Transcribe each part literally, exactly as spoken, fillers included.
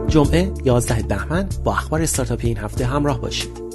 جمعه یازده بهمن با اخبار استارتاپی این هفته همراه باشید.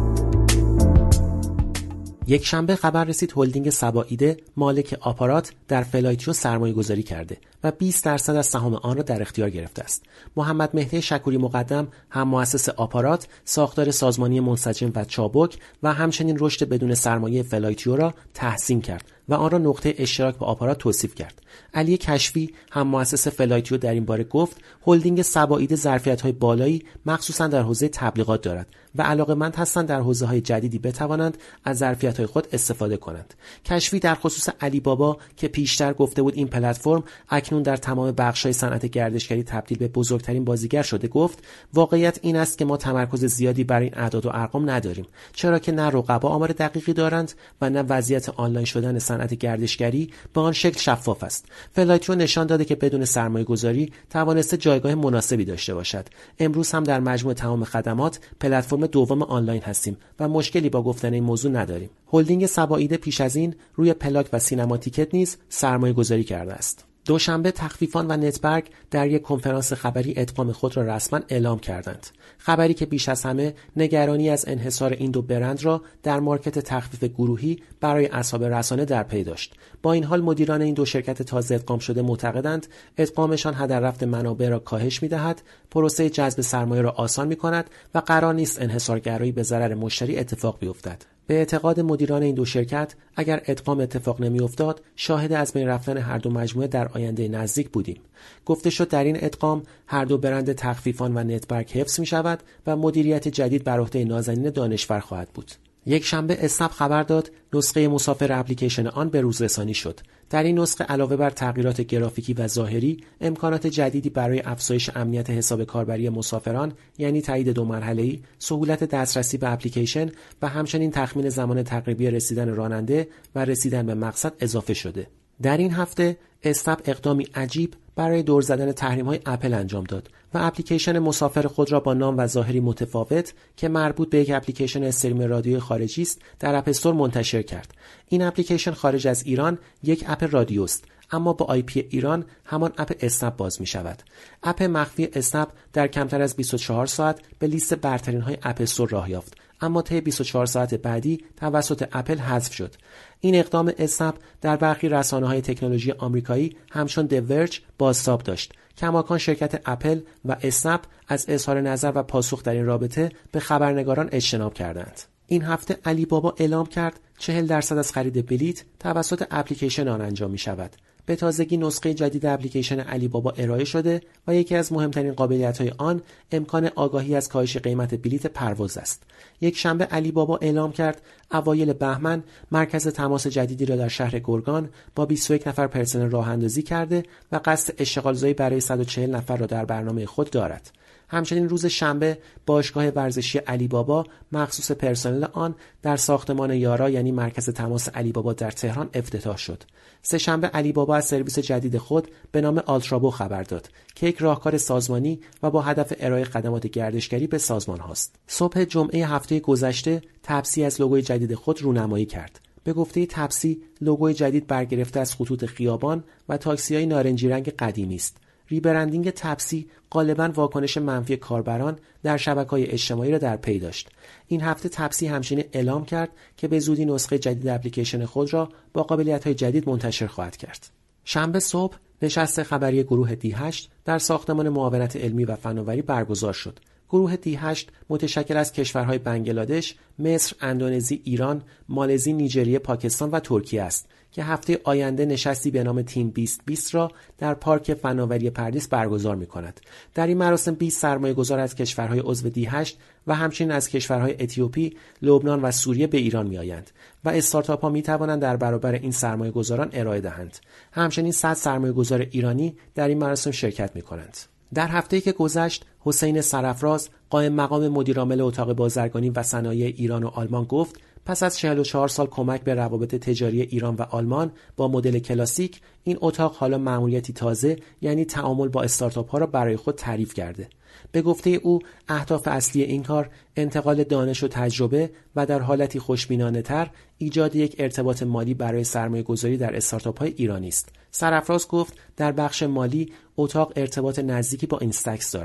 یک شنبه خبر رسید هلدینگ سبائیده مالک آپارات در فلایتیو سرمایه گذاری کرده و بیست درصد از سهام آن را در اختیار گرفته است. محمد مهدی شکوری مقدم هم مؤسس آپارات، ساختار سازمانی منسجم و چابک و همچنین رشد بدون سرمایه فلایتیو را تحسین کرد و آن را نقطه اشتراک با آپارات توصیف کرد. علی کشفی هم مؤسس فلایتیو در این باره گفت هلدینگ سبائیده ظرفیت‌های بالایی مخصوصاً در حوزه تبلیغات دارد و علاقه‌مند هستند در حوزه‌های جدیدی بتوانند از ظرفیت‌های خود استفاده کنند. کشفی در خصوص علی بابا که پیشتر گفته بود این پلتفرم اکنون در تمام بخش‌های صنعت گردشگری تبدیل به بزرگترین بازیگر شده گفت واقعیت این است که ما تمرکز زیادی بر این اعداد و ارقام نداریم، چرا که نه رقبا آمار دقیقی دارند و نه وضعیت آنلاین شدن صنعت گردشگری به آن شکل شفاف است. فلایتیو نشان داده که بدون سرمایه‌گذاری توانسته جایگاه مناسبی داشته باشد. امروز هم در مجموع تمام خدمات پلتفرم دوم آنلاین هستیم و مشکلی با گفتن این موضوع نداریم. هلدینگ سبائیده پیش از این روی پلاک و سینما تیکت نیز سرمایه‌گذاری کرده است. دوشنبه تخفیفان و نتبرگ در یک کنفرانس خبری ادغام خود را رسما اعلام کردند. خبری که بیش از همه نگرانی از انحصار این دو برند را در مارکت تخفیف گروهی برای اصحاب رسانه در پی داشت. با این حال مدیران این دو شرکت تازه ادغام شده معتقدند ادغامشان هدر رفت منابع را کاهش می‌دهد، پروسه جذب سرمایه را آسان می‌کند و قرار نیست انحصارگرایی به ضرر مشتری اتفاق بیفتد. به اعتقاد مدیران این دو شرکت اگر ادغام اتفاق نمی‌افتاد شاهد از بین رفتن هر دو مجموعه در آینده نزدیک بودیم. گفته شد در این ادغام هر دو برند تخفیفان و نتبرگ حفظ می‌شود و مدیریت جدید بر عهده نازنین دانشور خواهد بود. یک شنبه اسنپ خبر داد نسخه مسافر اپلیکیشن آن به روز رسانی شد. در این نسخه علاوه بر تغییرات گرافیکی و ظاهری، امکانات جدیدی برای افزایش امنیت حساب کاربری مسافران یعنی تایید دو مرحله‌ای، سهولت دسترسی به اپلیکیشن و همچنین تخمین زمان تقریبی رسیدن راننده و رسیدن به مقصد اضافه شده. در این هفته اسنپ اقدامی عجیب برای دور زدن تحریم‌های اپل انجام داد و اپلیکیشن مسافر خود را با نام و ظاهری متفاوت که مربوط به یک اپلیکیشن استریم رادیویی خارجی است در اپ استور منتشر کرد. این اپلیکیشن خارج از ایران یک اپ رادیو است، اما با آی پی ایران همان اپ اسنپ باز می شود. اپ مخفی اسنپ در کمتر از بیست و چهار ساعت به لیست برترین های اپ استور راه یافت، اما طی بیست و چهار ساعت بعدی توسط اپل حذف شد. این اقدام اسنپ در برخی رسانه‌های تکنولوژی آمریکایی همچون دورج بازتاب داشت. کماکان شرکت اپل و اسنپ از اظهار نظر و پاسخ در این رابطه به خبرنگاران اجتناب کردند. این هفته علی بابا اعلام کرد چهل درصد از خرید بلیت توسط اپلیکیشن آن انجام می شود. به تازگی نسخه جدید اپلیکیشن علی بابا ارائه شده و یکی از مهمترین قابلیت‌های آن امکان آگاهی از کاهش قیمت بلیت پرواز است. یک شنبه علی بابا اعلام کرد اوایل بهمن مرکز تماس جدیدی را در شهر گرگان با بیست و یک نفر پرسنل راه اندازی کرده و قصد اشتغالزایی برای صد و چهل نفر را در برنامه خود دارد. همچنین روز شنبه باشگاه ورزشی علی بابا مخصوص پرسنل آن در ساختمان یارا یعنی مرکز تماس علی بابا در تهران افتتاح شد. سه شنبه علی بابا از سرویس جدید خود به نام آلترابو خبر داد که یک راهکار سازمانی و با هدف ارائه خدمات گردشگری به سازمان هاست. صبح جمعه هفته گذشته تپسی از لوگوی جدید خود رونمایی کرد. به گفته تپسی لوگوی جدید برگرفته از خطوط خیابان و تاکسی‌های نارنجی رنگ قدیمی است. ریبرندینگ تپسی غالباً واکنش منفی کاربران در شبکه‌های اجتماعی را در پی داشت. این هفته تپسی همچنین اعلام کرد که به زودی نسخه جدید اپلیکیشن خود را با قابلیت‌های جدید منتشر خواهد کرد. شنبه صبح نشست خبری گروه دی هشت در ساختمان معاونت علمی و فناوری برگزار شد. گروه دی هشت متشکل از کشورهای بنگلادش، مصر، اندونزی، ایران، مالزی، نیجریه، پاکستان و ترکیه است که هفته آینده نشستی به نام تیم بیست بیست را در پارک فناوری پردیس برگزار می‌کند. در این مراسم بیست سرمایه‌گذار از کشورهای عضو دی هشت و همچنین از کشورهای اتیوپی، لبنان و سوریه به ایران می‌آیند و استارتاپ‌ها می‌توانند در برابر این سرمایه‌گذاران ارائه دهند. همچنین صد سرمایه‌گذار ایرانی در این مراسم شرکت می‌کنند. در هفته‌ای که گذشت، حسین سرافراز، قائم مقام مدیرعامل اتاق بازرگانی و صنایع ایران و آلمان گفت پس از چهل و چهار سال کمک به روابط تجاری ایران و آلمان با مدل کلاسیک، این اتاق حالا مأموریتی تازه یعنی تعامل با استارتاپ‌ها را برای خود تعریف کرده. به گفته او اهداف اصلی این کار انتقال دانش و تجربه و در حالتی خوشبینانه‌تر ایجاد یک ارتباط مالی برای سرمایه‌گذاری در استارتاپ‌های ایرانی است. سرافراز گفت در بخش مالی اتاق ارتباط نزدیکی با اینستکس دارد.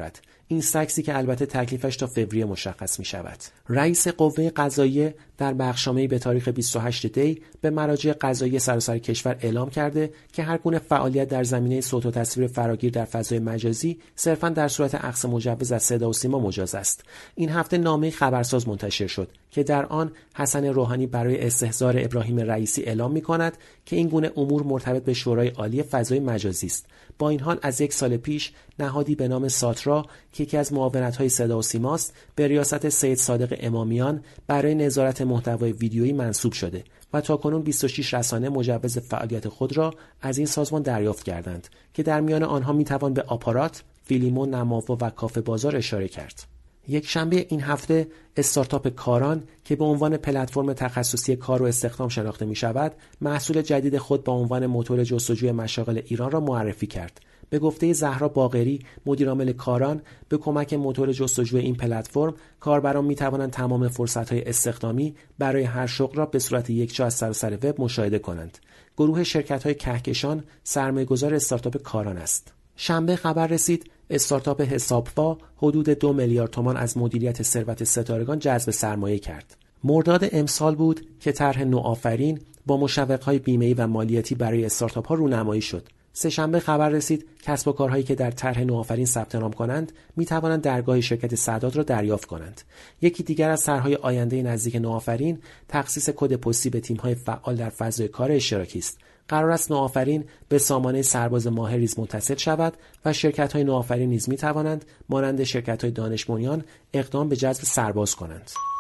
این سکسی که البته تکلیفش تا فوریه مشخص می شود. رئیس قوه قضاییه در بخشنامه‌ای به تاریخ بیست و هشتم دی به مراجع قضایی سراسر کشور اعلام کرده که هر گونه فعالیت در زمینه صوت و تصویر فراگیر در فضای مجازی صرفاً در صورت اخذ مجوز از صدا و سیما مجاز است. این هفته نامه خبرساز منتشر شد که در آن حسن روحانی برای استحضار ابراهیم رئیسی اعلام می‌کند که این گونه امور مرتبط به شورای عالی فضای مجازی است. با این حال از یک سال پیش نهادی به نام ساترا که یکی از معاونت‌های صدا و سیماست به ریاست سید صادق امامیان برای نظارت محتوای ویدیویی منصوب شده و تاکنون بیست و شش رسانه مجوز فعالیت خود را از این سازمان دریافت کردند که در میان آنها میتوان به آپارات، فیلیمو، نماوا و کافه بازار اشاره کرد. یک شنبه این هفته استارتاپ کاران که به عنوان پلتفرم تخصصی کار و استخدام شناخته می شود، محصول جدید خود با عنوان موتور جستجوی مشاغل ایران را معرفی کرد. به گفته زهرا باقری، مدیرعامل کاران، به کمک موتور جستجوی این پلتفرم، کاربران می توانند تمام فرصت‌های استخدامی برای هر شغل را به صورت یکجا از سراسر وب مشاهده کنند. گروه شرکت‌های کهکشان سرمایه‌گذار استارتاپ کاران است. شنبه خبر رسید استارتاپ حسابوا حدود دو میلیارد تومان از مدیریت ثروت ستارگان جذب سرمایه کرد. مرداد امسال بود که طرح نوآفرین با مشوق‌های بیمه‌ای و مالیاتی برای استارتاپ‌ها رونمایی شد. سه‌شنبه خبر رسید کسب و کارهایی که در طرح نوآفرین ثبت نام کنند می توانند درگاه شرکت سعداد را دریافت کنند. یکی دیگر از طرح‌های آینده نزدیک نوآفرین تخصیص کد پستی به تیم‌های فعال در فضای کار اشتراکی است. قرار است نوآفرین به سامانه سرباز ماهر نیز متصل شود و شرکت‌های نوآفرین نیز می توانند مانند شرکت‌های دانش بنیان اقدام به جذب سرباز کنند.